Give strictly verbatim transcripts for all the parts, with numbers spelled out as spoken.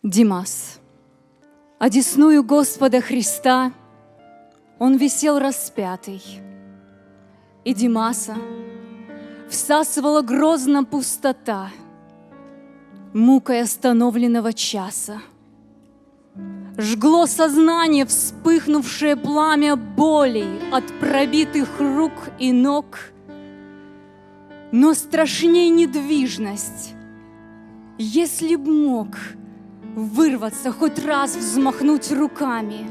Димас. Одесную Господа Христа он висел распятый, и Димаса всасывала грозно пустота, мукой остановленного часа. Жгло сознание вспыхнувшее пламя боли от пробитых рук и ног, но страшней недвижность. Если б мог вырваться, хоть раз взмахнуть руками,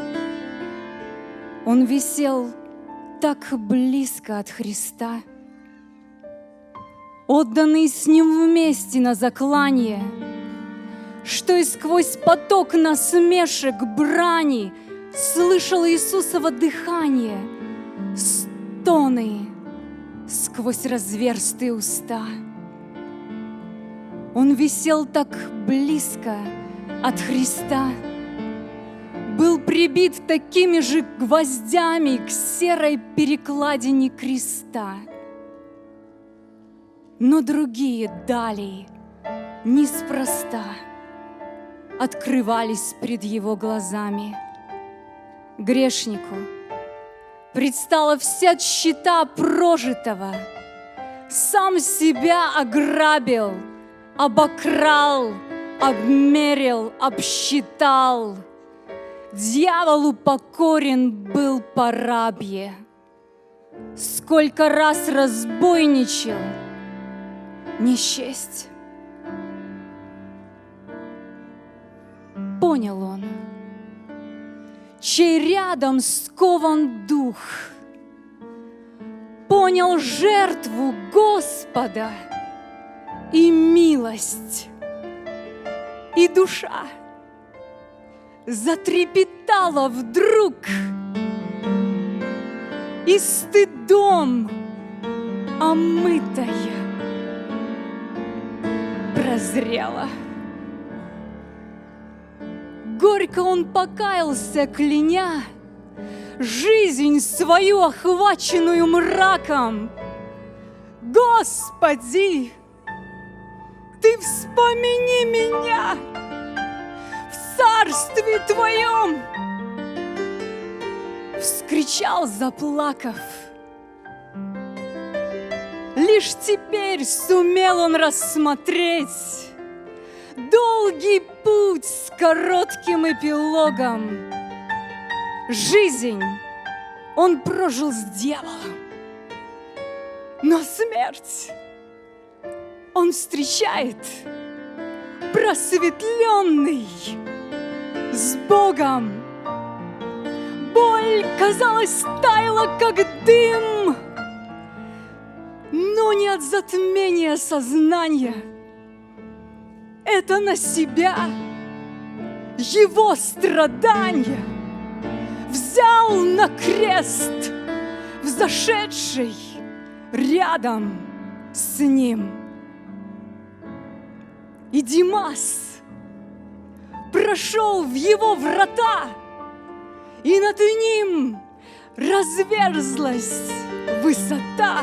он висел так близко от Христа, отданный с Ним вместе на заклание, что и сквозь поток насмешек, брани слышал Иисусово дыхание, стоны сквозь разверстые уста. Он висел так близко от Христа, был прибит такими же гвоздями к серой перекладине креста. Но другие дали неспроста открывались пред Его глазами. Грешнику предстала вся тщета прожитого, сам себя ограбил, обокрал, обмерил, обсчитал. Дьяволу покорен был по рабье. Сколько раз разбойничал, не счесть. Понял он, чей рядом скован дух, понял жертву Господа и милость, и душа затрепетала вдруг, и стыдом омытая прозрела. Горько он покаялся, кляня жизнь свою, охваченную мраком. Господи, Ты вспомини меня в царстве Твоем! Вскричал, заплакав. Лишь теперь сумел он рассмотреть долгий путь с коротким эпилогом. Жизнь он прожил с дьяволом, но смерть он встречает просветленный с Богом. Боль, казалось, таяла, как дым, но не от затмения сознания. Это на себя Его страдания взял на крест взошедший рядом с Ним. И Димас прошел в Его врата, и над Ним разверзлась высота,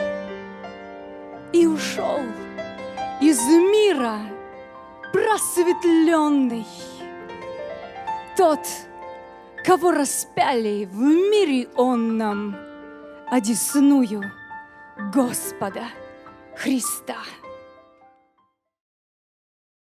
и ушел из мира просветленный, тот, кого распяли в мире онном, одесную Господа Христа.